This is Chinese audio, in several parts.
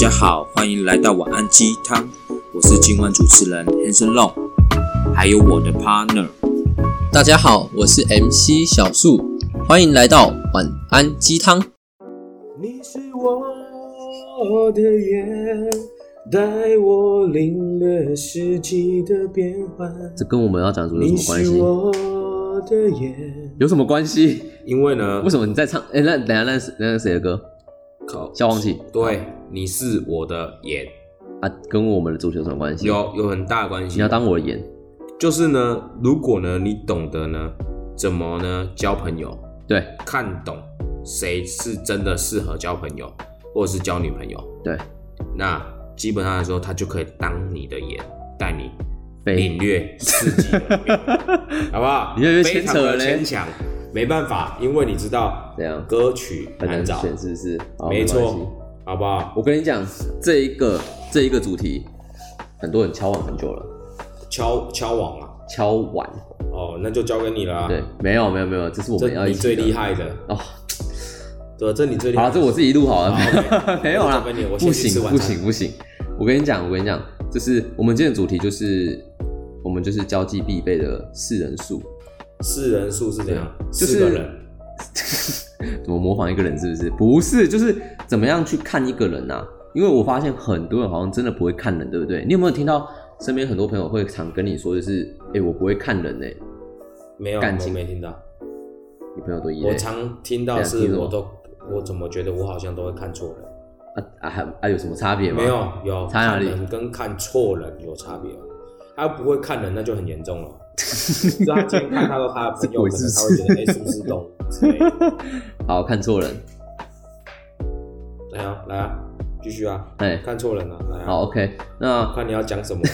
家好，欢迎来到晚安鸡汤，我是今晚主持人 Hanson Long， 还有我的 partner。 大家好，我是 MC 小树，欢迎来到晚安鸡汤。 你是我的眼，带我领略四季的变换。 这跟我们要讲的有什么关系？ 你是我的眼， 有什么关系？ 因为呢， 为什么你在唱？那等一下那是谁的歌？消防器。 对，你是我的眼啊，跟我们的主题有什么关系？ 有很大的关系。 你要当我的眼， 就是呢，如果呢你懂得呢怎么呢交朋友， 对， 看懂谁是真的适合交朋友，或者是交女朋友， 对， 那基本上来说，他就可以当你的眼，带你领略四季的变化，好不好？ 你越来越牵扯了嘞， 非常的牵强，没办法，因为你知道， 怎样歌曲很难找， 选，是不是？ 没错，好不好？ 我跟你讲，这一个主题，很多人敲碗很久了， 敲网啊， 敲碗哦，那就交给你了啊。 对，没有，这是我们要一起的。 你最厉害的哦。 对，这你最厉害。 好，这我自己录好了， 好没有啦，不行，我跟你讲，就是我们今天的主题就是我们就是交际必备的四人数。 四人数是怎样？ 就是 4个人。 怎么模仿一个人？是不是？不是，就是怎么样去看一个人啊？因为我发现很多人好像真的不会看人，对不对？你有没有听到身边很多朋友会常跟你说，就是我不会看人欸。 没有， 感情我没听到。 你朋友都一样。 我常听到是，我怎么觉得我好像都会看错人有什么差别吗？ 没有差哪里？ 看人跟看错人有差别。他不会看人，那就很严重了。就他今天看他的朋友，可能他会觉得是不是动物之类的。 好，看错人。 来啊，继续啊。看错人了，来啊。 好 ，OK， 那看你要讲什么。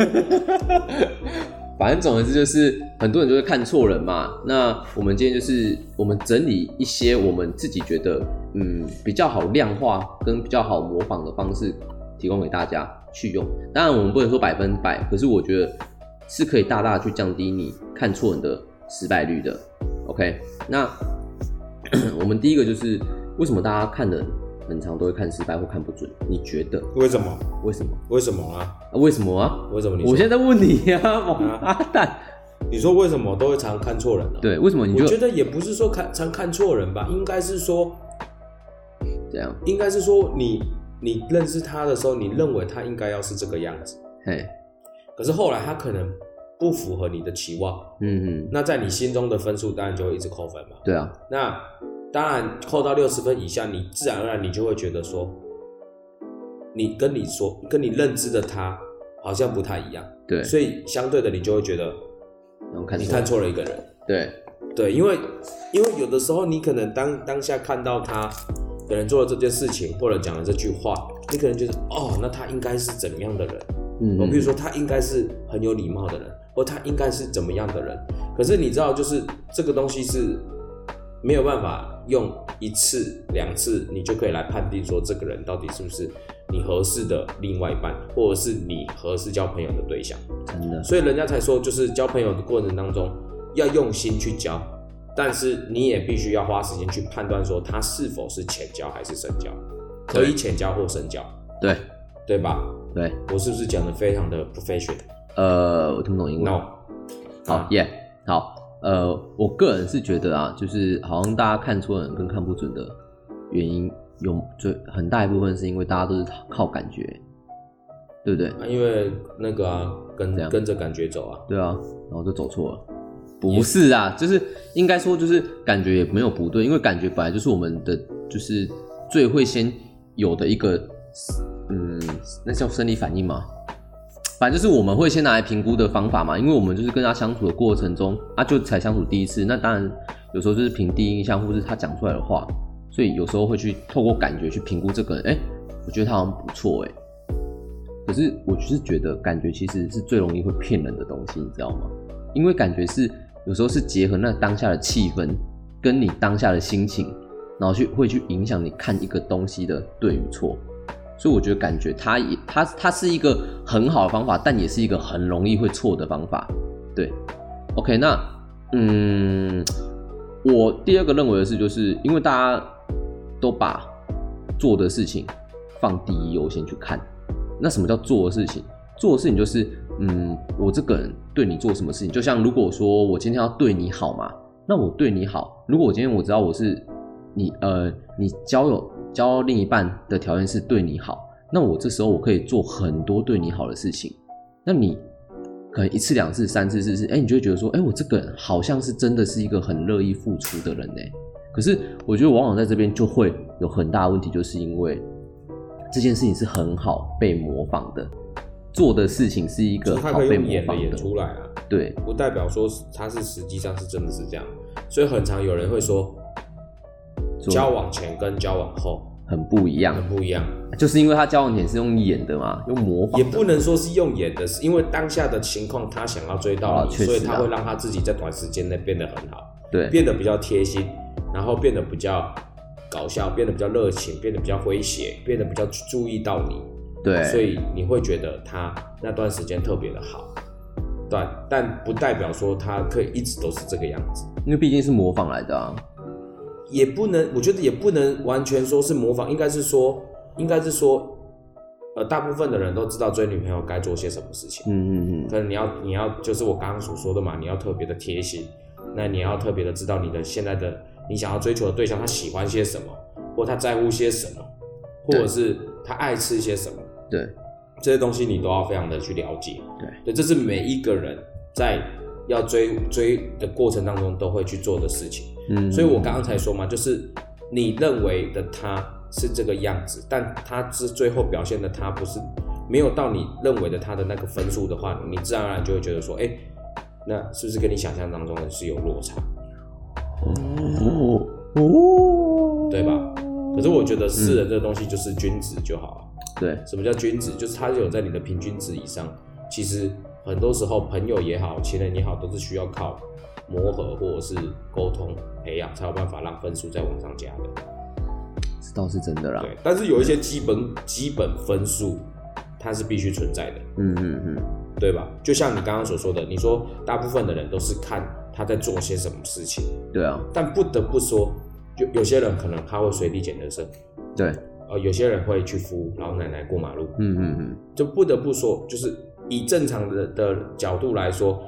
反正总而言之就是很多人就会看错人嘛。那我们今天就是我们整理一些我们自己觉得比较好量化跟比较好模仿的方式，提供给大家去用。当然我们不能说100%，可是我觉得是可以大大去降低你看错人的失败率的。OK， 那我们第一个就是为什么大家看人很常都会看失败或看不准？你觉得为什么？ 为什么啊？ 为什么啊？ 为什么你？ 我现在在问你啊，王八蛋！ 你说为什么都会常看错人呢？ 对，为什么你我觉得也不是说常看错人吧，应该是说怎样？ 应该是说你认识他的时候，你认为他应该要是这个样子，可是后来他可能不符合你的期望，那在你心中的分数当然就会一直扣分嘛。 对啊， 那当然扣到60分以下，你自然而然你就会觉得说，跟你认知的他好像不太一样， 对， 所以相对的你就会觉得你看错了一个人，对，因为有的时候你可能当下看到他可能做了这件事情或者讲了这句话，你可能觉得那他应该是怎么样的人，比如说他应该是很有礼貌的人，或他应该是怎么样的人，可是你知道就是这个东西是没有办法用1次2次你就可以来判定说这个人到底是不是你合适的另外一半，或者是你合适交朋友的对象， 真的。所以人家才说就是交朋友的过程当中要用心去交，但是你也必须要花时间去判断说他是否是浅交还是深交，可以浅交或深交，对吧？ 对， 我是不是讲的非常的 professional？ 我听不懂英文。 No。 好好，我个人是觉得啊，就是好像大家看错人跟看不准的原因很大一部分是因为大家都是靠感觉，对不对？ 因为那个跟着感觉走啊。 对啊，然后就走错了。不是啊，就是应该说就是感觉也没有不对，因为感觉本来就是我们的就是最会先有的一个那叫生理反应嘛，反正就是我们会先拿来评估的方法嘛，因为我们就是跟他相处的过程中就才相处第一次，那当然有时候就是凭第一印象或是他讲出来的话，所以有时候会去透过感觉去评估这个人，我觉得他好像不错可是我就是觉得感觉其实是最容易会骗人的东西，你知道吗？因为感觉是有时候是结合那当下的气氛跟你当下的心情，然后会去影响你看一个东西的对与错，所以我觉得感觉它是一个很好的方法，但也是一个很容易会错的方法。对 ，OK， 那我第二个认为的是，就是因为大家都把做的事情放第一优先去看。那什么叫做的事情？做的事情就是，我这个人对你做什么事情，就像如果说我今天要对你好嘛，那我对你好，如果我今天我知道我是你交另一半的条件是对你好，那我这时候我可以做很多对你好的事情。那你可能1次2次3次4次，你就会觉得说，我这个人好像是真的是一个很乐意付出的人可是我觉得往往在这边就会有很大的问题，就是因为这件事情是很好被模仿的，做的事情是一个好被模仿的， 演出来啊， 对， 不代表说他是实际上是真的是这样。所以很常有人会说，交往前跟交往后很不一样，就是因为他交往前是用演的嘛，用模仿的， 也不能说是用演的，是因为当下的情况他想要追到你，所以他会让他自己在短时间内变得很好， 对， 变得比较贴心，然后变得比较搞笑，变得比较热情，变得比较诙谐，变得比较注意到你， 对， 所以你会觉得他那段时间特别的好，对，但不代表说他可以一直都是这个样子， 因为毕竟是模仿来的啊。 也不能，我觉得也不能完全说是模仿，应该是说，大部分的人都知道追女朋友该做些什么事情。可能你要就是我刚刚所说的嘛，你要特别的贴心，那你要特别的知道你的现在的你想要追求的对象他喜欢些什么，或他在乎些什么，或者是他爱吃些什么。 对， 这些东西你都要非常的去了解。对，这是每一个人在要追的过程当中都会去做的事情。所以我刚刚才说嘛，就是你认为的他是这个样子，但他是最后表现的他不是没有到你认为的他的那个分数的话，你自然而然就会觉得说，那是不是跟你想象当中的是有落差？对吧？可是我觉得世人这个东西就是均值就好了。 对， 什么叫均值？就是他有在你的平均值以上。其实很多时候朋友也好，情人也好，都是需要靠磨合或者是沟通培养，才有办法让分数再往上加的。 这倒是真的啦。 对，但是有一些基本分数，它是必须存在的。对吧？就像你刚刚所说的，你说大部分的人都是看他在做些什么事情。 对啊。 但不得不说，就有些人可能他会随地捡垃圾。 对。 有些人会去扶老奶奶过马路。就不得不说，就是以正常的角度来说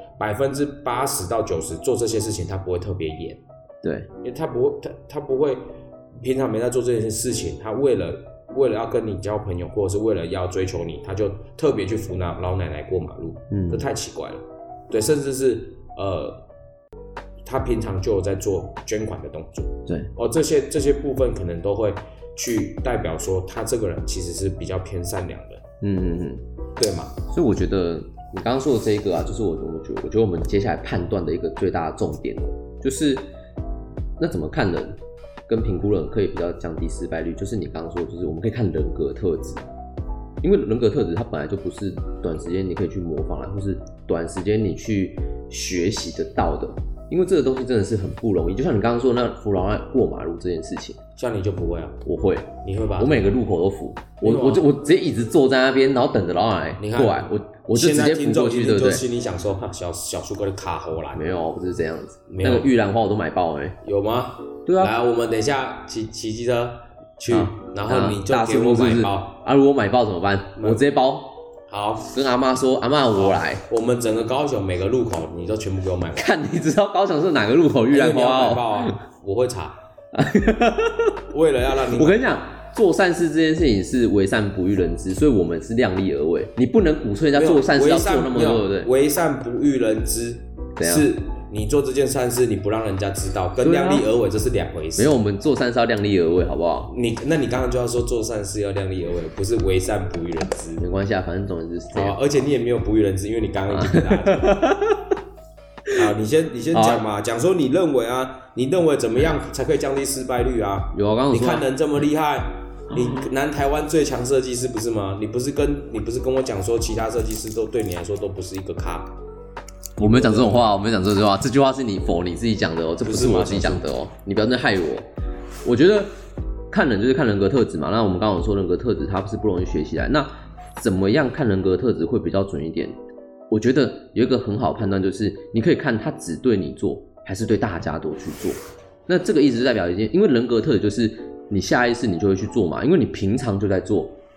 ，80%到90%做这些事情，他不会特别严。 对， 因为他不会平常没在做这件事情，他为了要跟你交朋友，或者是为了要追求你，他就特别去扶老奶奶过马路。这太奇怪了。对，甚至是他平常就有在做捐款的动作。 对， 这些部分可能都会去代表说他这个人其实是比较偏善良的。对吗？ 所以我觉得你刚刚说的这一个啊，就是我觉得我们接下来判断的一个最大的重点，就是那怎么看人跟评估人可以比较降低失败率，就是你刚刚说的，就是我们可以看人格特质，因为人格特质它本来就不是短时间你可以去模仿来，或是短时间你去学习得到的，因为这个东西真的是很不容易。就像你刚刚说的那扶老奶过马路这件事情， 像你就不会啊？ 我会。 你会吧？ 我每个路口都扶，我直接一直坐在那边，然后等着老奶奶过来，我就直接扶过去，对不对？ 心里想说，小树哥的卡喉来。 没有，不是这样子。那个玉兰花我都买爆有吗？ 对啊。 来，我们等一下骑机车去，然后你就给我买包。 如果买爆怎么办？我直接包。 好， 跟阿嬷说，阿嬷我来。 我们整个高雄每个路口你都全部给我买。 看你知道高雄是哪个路口玉兰花买爆啊？我会查。为了要让你， 我跟你讲，做善事这件事情是为善不欲人知，所以我们是量力而为。你不能鼓吹人家做善事要做那么多，对不对？ 为善不欲人知，是你做这件善事你不让人家知道，跟量力而为这是两回事。 没有，我们做善事要量力而为，好不好？ 那你刚刚就要说做善事要量力而为，不是为善不欲人知。 没关系啊，反正总之是这样。 而且你也没有不欲人知，因为你刚刚已经给他。好，你先讲嘛，讲说你认为怎么样才可以降低失败率啊？ 有啊，刚刚你看人这么厉害，你南台湾最强设计师不是吗？你不是跟我讲说其他设计师都对你来说都不是一个咖？ 我没有讲这种话，我没有讲这句话，这句话是你自己讲的哦，这不是我自己讲的哦，你不要再害我。我觉得看人就是看人格特质嘛，那我们刚刚说人格特质它是不容易学习来，那怎么样看人格特质会比较准一点？我觉得有一个很好的判断，就是你可以看他只对你做，还是对大家都去做。那这个意思就代表一件，因为人格特质就是你下意识你就会去做嘛，因为你平常就在做，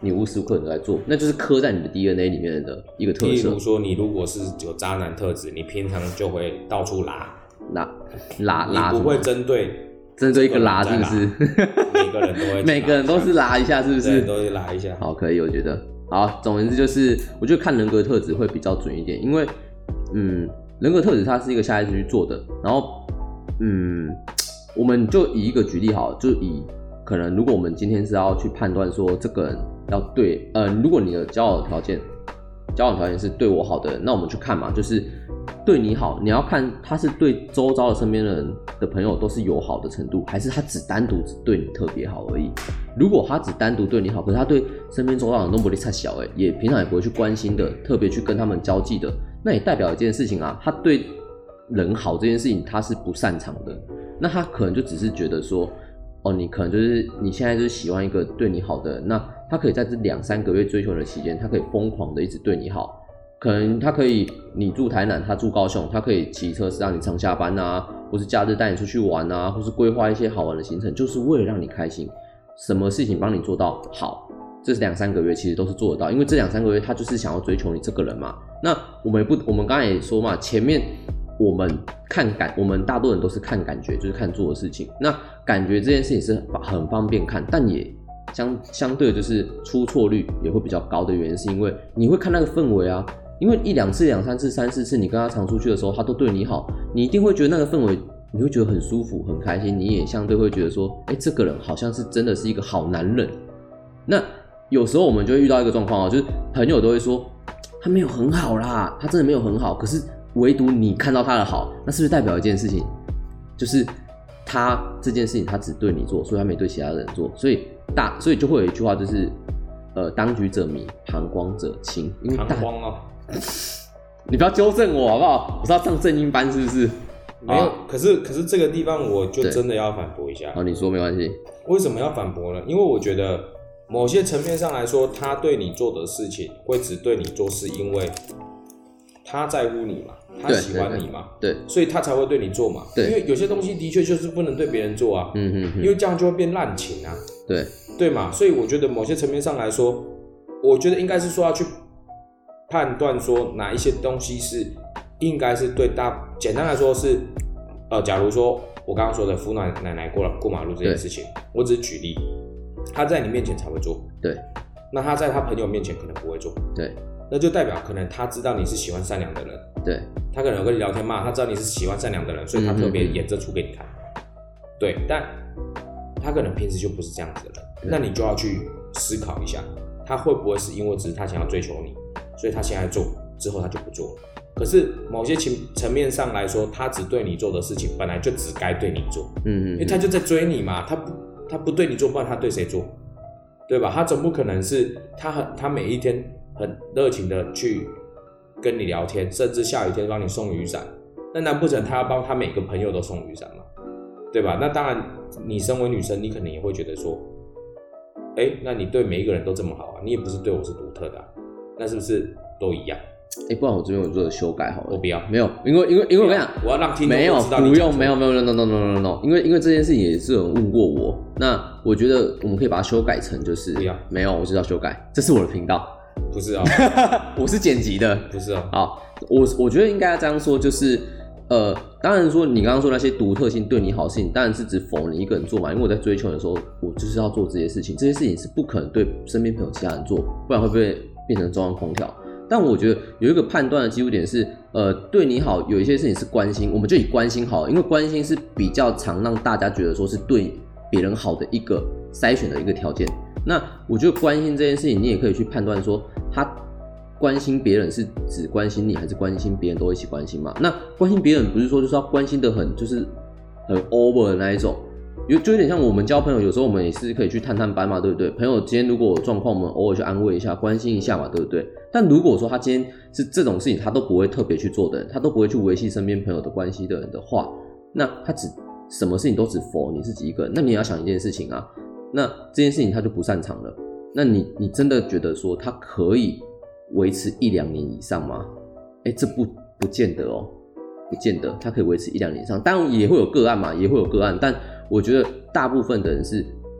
你无时无刻都在做，那就是刻在你的 DNA 里面的一个特色。 例如说，你如果是有渣男特质，你平常就会到处拉，你不会针对一个拉，是不是？ 每个人都会， 每个人都是拉一下，是不是？ 对，都会拉一下。 好，可以，我觉得好。总而言之，就是我觉得看人格特质会比较准一点，因为人格特质它是一个下意识去做的，然后我们就以一个举例好，就以可能如果我们今天是要去判断说这个人要对如果你的交往条件是对我好的人，那我们去看嘛，就是对你好，你要看他是对周遭的身边的人的朋友都是友好的程度，还是他单独只对你特别好而已。如果他只单独对你好，可是他对身边周遭的人都不会太小也平常也不会去关心的，特别去跟他们交际的，那也代表一件事情啊，他对人好这件事情他是不擅长的。那他可能就只是觉得说你可能就是你现在就是喜欢一个对你好的人，那他可以在这2-3个月追求的期间，他可以疯狂的一直对你好。可能他可以你住台南，他住高雄，他可以骑车是让你上下班啊，或是假日带你出去玩啊，或是规划一些好玩的行程，就是为了让你开心。什么事情帮你做到好，这2-3个月其实都是做得到，因为这2-3个月他就是想要追求你这个人嘛。那我们刚才也说嘛，前面我们大多人都是看感觉，就是看做的事情。那感觉这件事情是很方便看，但也相对就是出错率也会比较高的原因，是因为你会看那个氛围啊。因为1-2次、2-3次、3-4次，你跟他常出去的时候，他都对你好，你一定会觉得那个氛围，你会觉得很舒服、很开心。你也相对会觉得说，这个人好像是真的是一个好男人。那有时候我们就会遇到一个状况就是朋友都会说，他没有很好啦，他真的没有很好。可是唯独你看到他的好，那是不是代表一件事情，就是他这件事情他只对你做，所以他没对其他人做，所以就会有一句话就是，当局者迷，旁观者清。因为旁观哦。 你不要纠正我好不好？我是要上正音班是不是？ 没有，可是这个地方我就真的要反驳一下。 好，你说没关系。 为什么要反驳呢？因为我觉得某些层面上来说，他对你做的事情会只对你做，是因为他在乎你嘛，他喜欢你嘛， 对， 所以他才会对你做嘛。对，因为有些东西的确就是不能对别人做啊，因为这样就会变滥情啊，对嘛。所以我觉得某些层面上来说，我觉得应该是说要去判断说哪一些东西是应该是对简单来说是假如说我刚刚说的扶奶奶过马路这件事情，我只是举例，他在你面前才会做，对，那他在他朋友面前可能不会做，对，那就代表可能他知道你是喜欢善良的人，对，他可能有跟你聊天嘛，他知道你是喜欢善良的人，所以他特别演这出给你看，对，但他可能平时就不是这样子的人，那你就要去思考一下，他会不会是因为只是他想要追求你，所以他现在做，之后他就不做了。可是某些层面上来说，他只对你做的事情，本来就只该对你做，因为他就在追你嘛，他不对你做，不然他对谁做，对吧？他总不可能是他每一天很热情的去跟你聊天，甚至下雨天帮你送雨伞，那难不成他要帮他每个朋友都送雨伞吗？对吧？那当然，你身为女生，你可能也会觉得说，那你对每一个人都这么好啊，你也不是对我是独特的啊，那是不是都一样？不然我这边有做修改好了。 我不要， 没有，因为我跟你讲， 我要让听众知道不用，没有 no， 因为这件事情也是有人问过我，那我觉得我们可以把它修改成就是不要， 没有，我知道修改，这是我的频道， 不是啊， 我是剪辑的， 不是啊。 好，我觉得应该要这样说，就是当然说你刚刚说那些独特性对你好的事情，当然是只否你一个人做嘛，因为我在追求的时候，我就是要做这些事情，这些事情是不可能对身边朋友其他人做，不然会不会变成中央空调？但我觉得有一个判断的基础点是，对你好，有一些事情是关心，我们就以关心好了，因为关心是比较常让大家觉得说是对别人好的一个筛选的一个条件。那我觉得关心这件事情，你也可以去判断说，他关心别人是只关心你，还是关心别人都一起关心嘛？那关心别人不是说就是要关心的很就是很 over 的那一种。就有点像我们交朋友，有时候我们也是可以去探探班嘛，对不对？朋友今天如果有状况，我们偶尔去安慰一下、关心一下嘛，对不对？但如果说他今天是这种事情他都不会特别去做的人，他都不会去维系身边朋友的关系的人的话，那他什么事情都只 for 你自己一个人，那你也要想一件事情啊，那这件事情他就不擅长了，那你真的觉得说他可以维持1-2年以上吗？这不见得哦，不见得他可以维持1-2年以上，当然也会有个案嘛，也会有个案，但我觉得大部分的人是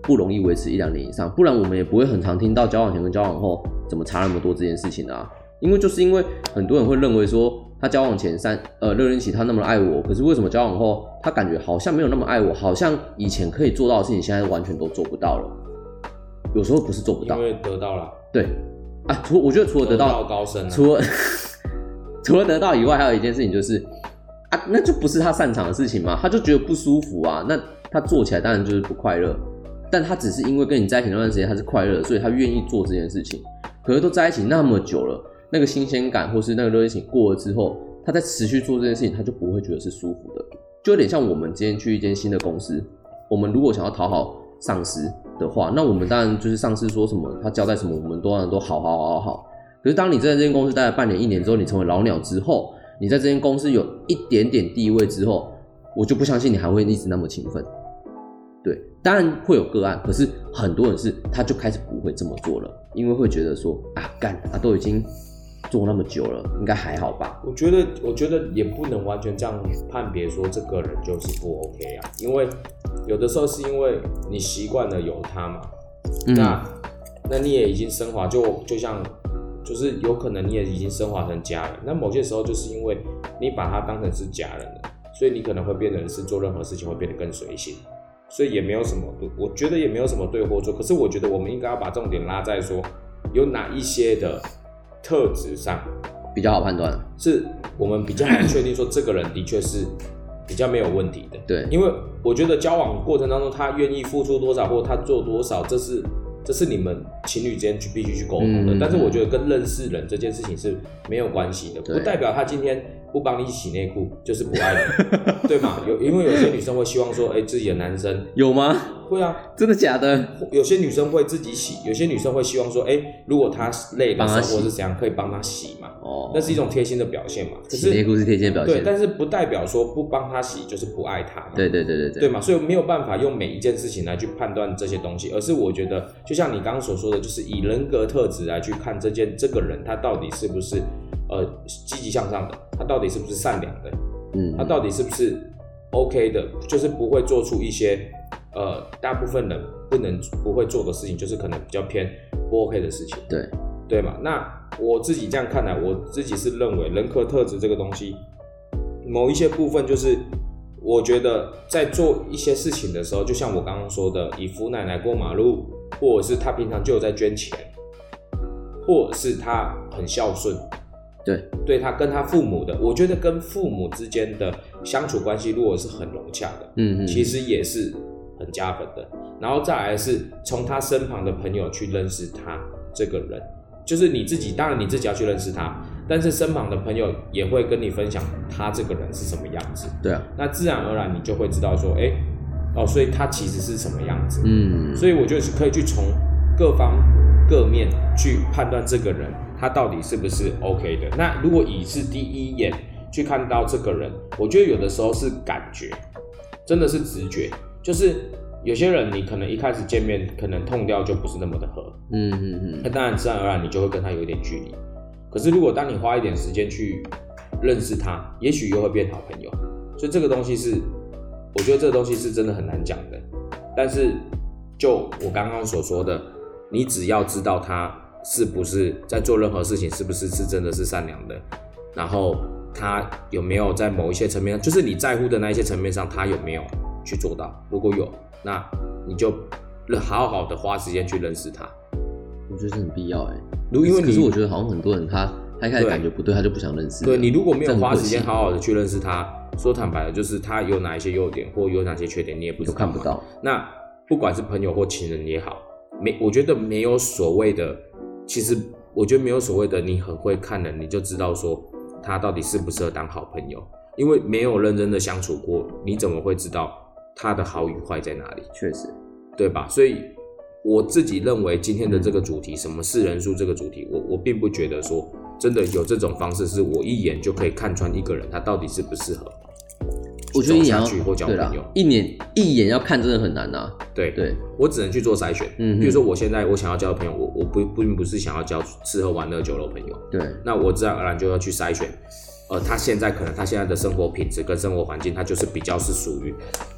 不容易维持1-2年以上，不然我们也不会很常听到交往前跟交往后怎么差那么多这件事情啊。因为很多人会认为说，他交往前热恋期他那么爱我，可是为什么交往后他感觉好像没有那么爱我，好像以前可以做到的事情现在完全都做不到了。有时候不是做不到， 因为得到了。 对啊，我觉得除了得到高深啊， 除了得到以外，还有一件事情就是啊，那就不是他擅长的事情嘛，他就觉得不舒服啊，那他做起来当然就是不快乐。但他只是因为跟你在一起那段时间他是快乐的，所以他愿意做这件事情。可是都在一起那么久了，那个新鲜感或是那个热恋期过了之后，他在持续做这件事情，他就不会觉得是舒服的。就有点像我们今天去一间新的公司，我们如果想要讨好上司的话，那我们当然就是上司说什么，他交代什么，我们当然都好。可是当你在这间公司待了半年、1年之后，你成为老鸟之后，你在这间公司有一点点地位之后，我就不相信你还会一直那么勤奋。对，当然会有个案，可是很多人是他就开始不会这么做了，因为会觉得说都已经做那么久了，应该还好吧？我觉得也不能完全这样判别说这个人就是不 OK 啊，因为有的时候是因为你习惯了有他嘛，那你也已经升华，就像就是有可能你也已经升华成家人，那某些时候就是因为你把他当成是家人了，所以你可能会变成是做任何事情会变得更随性。所以也没有什么，我觉得也没有什么对或错。可是我觉得我们应该要把重点拉在说，有哪一些的特质上比较好判断， 是我们比较好确定说这个人的确是比较没有问题的。 对， 因为我觉得交往过程当中，他愿意付出多少，或者他做多少，这是你们情侣之间必须去沟通的。但是我觉得跟认识人这件事情是没有关系的，不代表他今天不帮你洗内裤就是不爱你，对吗？因为有些女生会希望说，自己的男生有吗？ 会啊， 真的假的？ 有些女生会自己洗，有些女生会希望说，如果他累的时候或是怎样，可以帮他洗嘛。那是一种贴心的表现嘛。 洗内裤是贴心的表现， 对，但是不代表说不帮他洗就是不爱他嘛。 对嘛，所以没有办法用每一件事情来去判断这些东西，而是我觉得，就像你刚刚所说的，就是以人格特质来去看这个人他到底是不是积极向上的，他到底是不是善良的，他到底是不是 OK 的，就是不会做出一些大部分人不会做的事情，就是可能比较偏不 OK 的事情。对嘛？那我自己这样看来，我自己是认为人格特质这个东西，某一些部分就是我觉得在做一些事情的时候，就像我刚刚说的，以扶奶奶过马路，或者是他平常就有在捐钱，或者是他很孝顺。对他跟他父母的，我觉得跟父母之间的相处关系如果是很融洽的，其实也是很加分的。然后再来是从他身旁的朋友去认识他这个人，就是你自己，当然你自己要去认识他，但是身旁的朋友也会跟你分享他这个人是什么样子。 对啊， 那自然而然你就会知道说，所以他其实是什么样子。所以我觉得是可以去从各方各面去判断这个人他到底是不是 OK 的。那如果以是第一眼去看到这个人，我觉得有的时候是感觉，真的是直觉，就是有些人你可能一开始见面可能痛调就不是那么的合，那当然自然而然你就会跟他有一点距离。可是如果当你花一点时间去认识他，也许又会变好朋友。所以这个东西是，我觉得这个东西是真的很难讲的。但是就我刚刚所说的，你只要知道他是不是在做任何事情，是不是真的是善良的，然后他有没有在某一些层面，就是你在乎的那一些层面上，他有没有去做到。如果有，那你就好好的花时间去认识他。 我觉得是很必要因为可是我觉得好像很多人他一开始感觉不对，他就不想认识。 对，你如果没有花时间好好的去认识他，说坦白的，就是他有哪一些优点或有哪些缺点，你也不知道， 都看不到。 那不管是朋友或情人也好，我觉得没有所谓的，其实我觉得没有所谓的你很会看人，你就知道说他到底适不适合当好朋友，因为没有认真的相处过，你怎么会知道他的好与坏在哪里？ 确实， 对吧？所以我自己认为今天的这个主题，什么是人数这个主题，我并不觉得说真的有这种方式是我一眼就可以看穿一个人他到底适不适合。 我觉得一眼要或交朋友， 一眼要看真的很难啊。 对，我只能去做筛选。比如说我现在我想要交的朋友，我并不是想要交吃喝玩乐酒肉朋友。 对， 那我自然而然就要去筛选。他现在可能他现在的生活品质跟生活环境，他就是比较是属于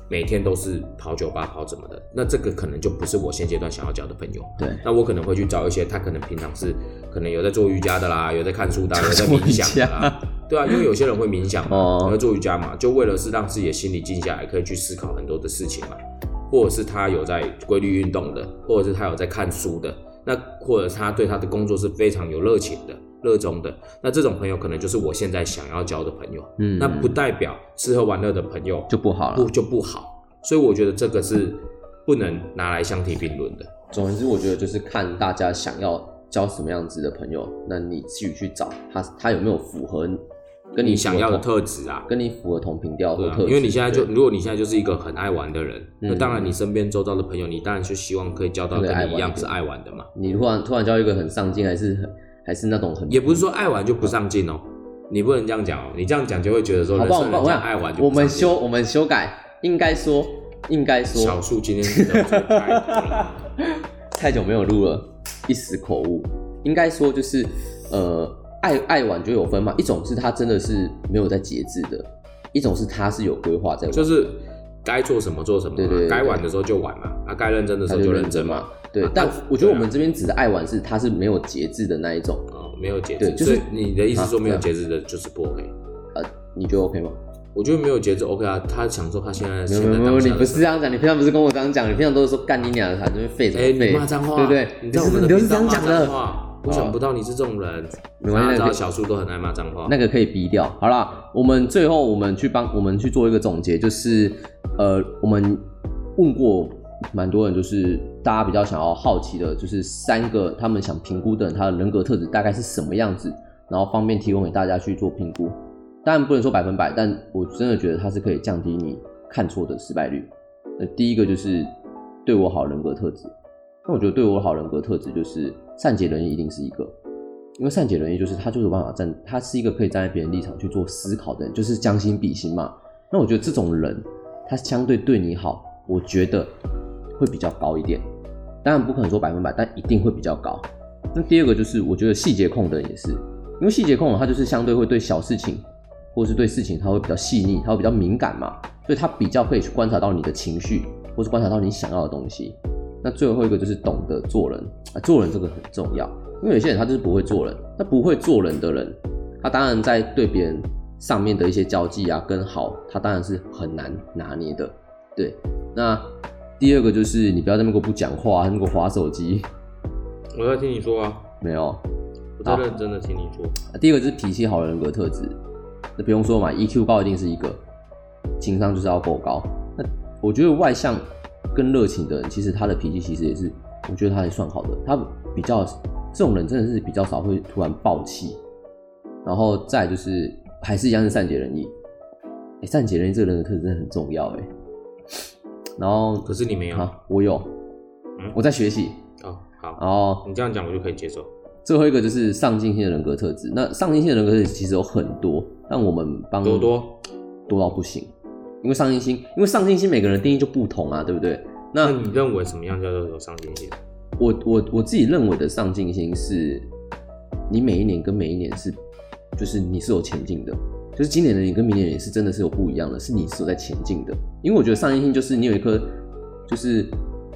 每天都是跑酒吧跑怎么的，那这个可能就不是我现阶段想要交的朋友。 对， 那我可能会去找一些他可能平常是可能有在做瑜伽的啦，有在看书的啦，有在冥想的啦。对啊，因为有些人会冥想嘛，有在做瑜伽嘛，就为了是让自己的心理静下来，可以去思考很多的事情嘛。或者是他有在规律运动的，或者是他有在看书的，那或者他对他的工作是非常有热情的、热衷的，那这种朋友可能就是我现在想要交的朋友。那不代表吃喝玩乐的朋友就不好了， 就不好。所以我觉得这个是不能拿来相提并论的。 总而言之，我觉得就是看大家想要交什么样子的朋友，那你自己去找他有没有符合跟你想要的特质啊， 跟你符合同频调或特质。 因为你现在如果你现在就是一个很爱玩的人，那当然你身边周遭的朋友，你当然就希望可以交到跟你一样是爱玩的嘛。 你突然交一个很上进，还是那种很， 也不是说爱玩就不上进哦，你不能这样讲哦，你这样讲就会觉得说人家爱玩就不上进。 我们修改，应该说， 小树今天是得罪太多了， 太久没有录了，一时口误。应该说就是爱玩就有分嘛，一种是他真的是没有在节制的，一种是他是有规划在玩， 就是该做什么做什么，对，该玩的时候就玩嘛，该认真的时候就认真嘛。 对，但我觉得我们这边指的爱玩是他是没有节制的那一种， 没有节制，对，就是你的意思说没有节制的就是不 OK， 你觉得 OK 吗？ 我觉得没有节制 OK 啊，他享受他现在没有，你不是这样讲，你平常不是跟我这样讲，你平常都是说干你娘的，他这边废什么废， 你骂脏话， 对不对？ 你在我们的频道骂脏话。我想不到你是这种人， 没关系， 知道小树都很爱骂脏话， 那个可以逼掉。好啦，我们最后我们去做一个总结，就是我们问过蛮多人，就是大家比较想要好奇的，就是3个他们想评估的人，他的人格特质大概是什么样子，然后方便提供给大家去做评估。当然不能说100%，但我真的觉得它是可以降低你看错的失败率。第一个就是对我好人格特质。那我觉得对我好人格特质就是善解人意，一定是一个，因为善解人意就是他就是有办法他是一个可以站在别人立场去做思考的人，就是将心比心嘛。那我觉得这种人他相对对你好，我觉得会比较高一点，当然不可能说100%，但一定会比较高。那第二个就是我觉得细节控的人也是，因为细节控他就是相对会对小事情或是对事情他会比较细腻，他会比较敏感嘛，所以他比较可以去观察到你的情绪，或是观察到你想要的东西。那最后一个就是懂得做人做人这个很重要，因为有些人他就是不会做人，那不会做人的人，他当然在对别人上面的一些交际啊跟好，他当然是很难拿捏的。对，那第二个就是你不要在那边给我不讲话，那个滑手机。 我在听你说啊。 没有， 我在认真的听你说。 第二个就是脾气好的人格特质，那不用说嘛 ，EQ 高一定是一个，情商就是要够高。那我觉得外向跟热情的人，其实他的脾气其实也是，我觉得他还算好的。他比较这种人真的是比较少会突然爆气，然后再就是还是一样是善解人意。善解人意这个人的特质真的很重要然后可是你没有我有，我在学习。 好， 然后你这样讲我就可以接受。 最后一个就是上进心的人格特质。那上进心的人格特质其实有很多，但我们多到不行。因为上进心每个人的定义就不同啊，对不对？ 那你认为什么样叫做有上进心？ 我自己认为的上进心是，你每一年跟每一年是，就是你是有前进的，就是今年的你跟明年的你是真的是有不一样的，是你是有在前进的。因为我觉得上进心就是你有一颗就是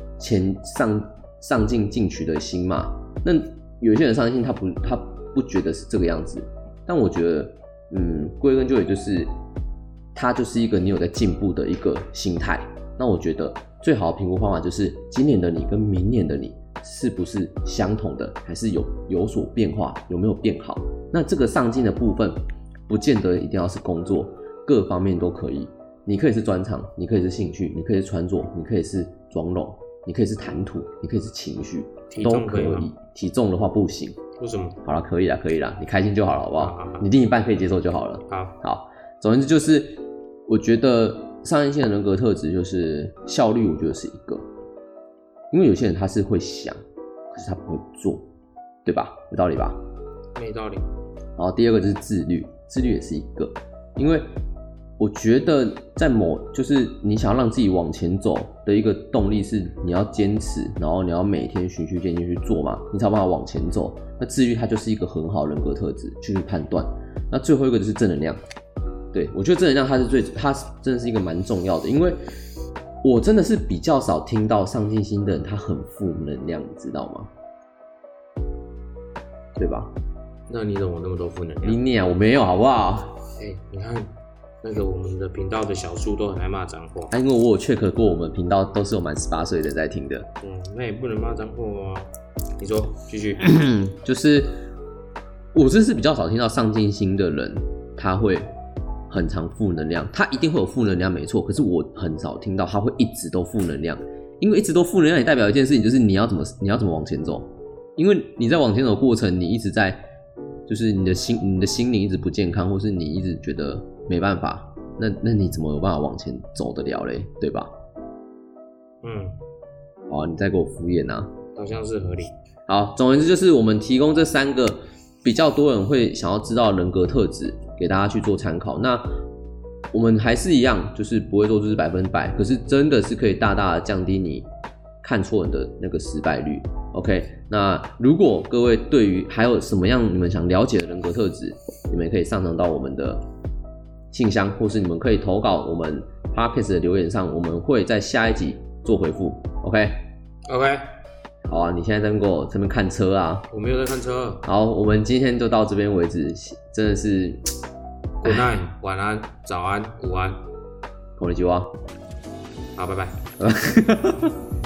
上进进取的心嘛。那有些人上进心他不觉得是这个样子，但我觉得归根究底就是它就是一个你有在进步的一个心态。那我觉得最好的评估方法就是今年的你跟明年的你是不是相同的，还是有所变化，有没有变好。那这个上进的部分不见得一定要是工作，各方面都可以。你可以是专长，你可以是兴趣，你可以是穿着，你可以是妆容，你可以是谈吐，你可以是情绪，都可以。体重的话不行。 为什么？ 好了，可以啦，你开心就好了，好不好？好，你另一半可以接受就好了。好，总而言之就是我觉得上进心的人格特质就是效率，我觉得是一个，因为有些人他是会想，可是他不会做，对吧？有道理吧？ 没道理。 然后第二个就是自律也是一个，因为我觉得在就是你想要让自己往前走的一个动力是你要坚持，然后你要每天循序渐进去做嘛，你才有办法往前走。那自律它就是一个很好的人格特质去判断。那最后一个就是正能量。对，我觉得正能量它真的是一个蛮重要的，因为我真的是比较少听到上进心的人他很负能量，你知道吗？对吧？ 那你怎么那么多负能量？ 你念我没有好不好？ 你看那个我们的频道的小树都很爱骂脏话。 因为我有 check 过，我们频道都是有满18岁的人在听的。 那也不能骂脏话啊。你说继续。 就是我真是比较少听到上进心的人他会很常负能量，他一定会有负能量没错，可是我很少听到他会一直都负能量，因为一直都负能量也代表一件事情，就是你要怎么往前走，因为你在往前走的过程，你一直在就是你的心灵一直不健康，或是你一直觉得没办法，那你怎么有办法往前走得了嘞？对吧？好，你再给我敷衍啊， 好像是合理。 好，总而言之就是我们提供这3个比较多人会想要知道的人格特质给大家去做参考。那我们还是一样，就是不会说就是100%，可是真的是可以大大的降低你看错人的那个失败率。OK， 那如果各位对于还有什么样你们想了解的人格特质，你们也可以上传到我们的信箱，或是你们可以投稿我们 Podcast 的留言上，我们会在下一集做回复。OK， 好啊，你现在在给我这边看车啊？ 我没有在看车。 好，我们今天就到这边为止，真的是 Good night， 晚安，早安，午安， こんにちは。 好，拜拜。